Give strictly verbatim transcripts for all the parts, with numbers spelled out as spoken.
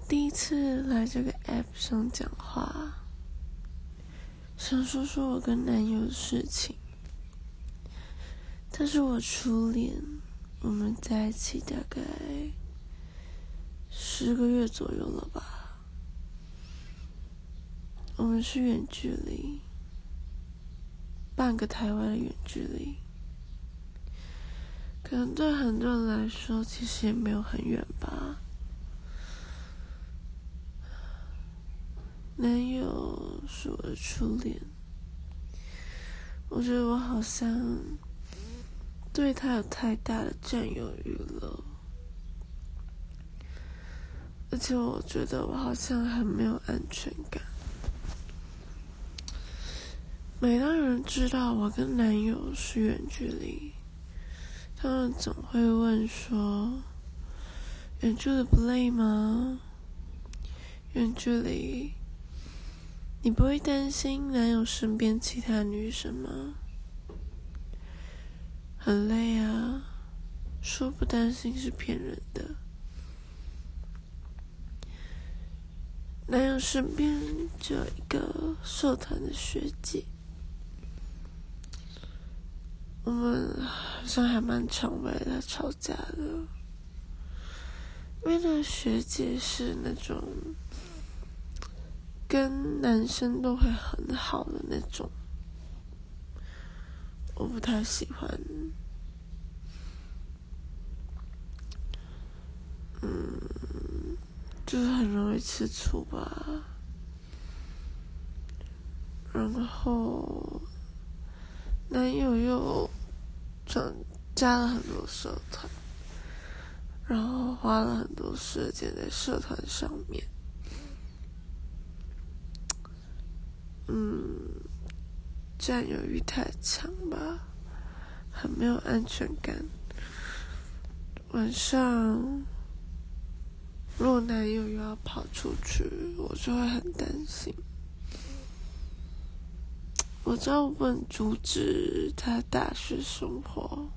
第一次来这个 app 上讲话，想说说我跟男友的事情。他是我初恋，我们在一起大概十个月左右了吧。我们是远距离，半个台湾的远距离。可能对很多人来说，其实也没有很远吧。男友是我的初恋，我觉得我好像对他有太大的占有欲了，而且我觉得我好像很没有安全感。每当有人知道我跟男友是远距离，他们总会问说，远距离不累吗？远距离你不会担心男友身边其他女生吗？很累啊，说不担心是骗人的。男友身边只有一个社团的学姐，我们好像还蛮常为了他吵架的，因为那个学姐是那种跟男生都会很好的那种，我不太喜欢。嗯，就是很容易吃醋吧。然后男友又转加了很多社团，然后花了很多时间在社团上面。嗯，占有欲太强吧，很没有安全感。晚上如果男友又要跑出去，我就会很担心。我知道我不能阻止他大学生活，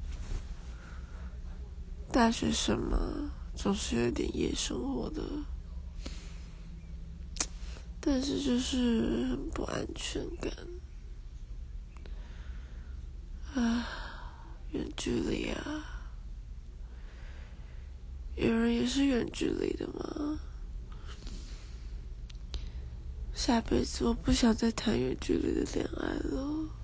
大学生嘛，总是有点夜生活的，但是就是很不安全感。啊，远距离啊，有人也是远距离的吗？下辈子我不想再谈远距离的恋爱了。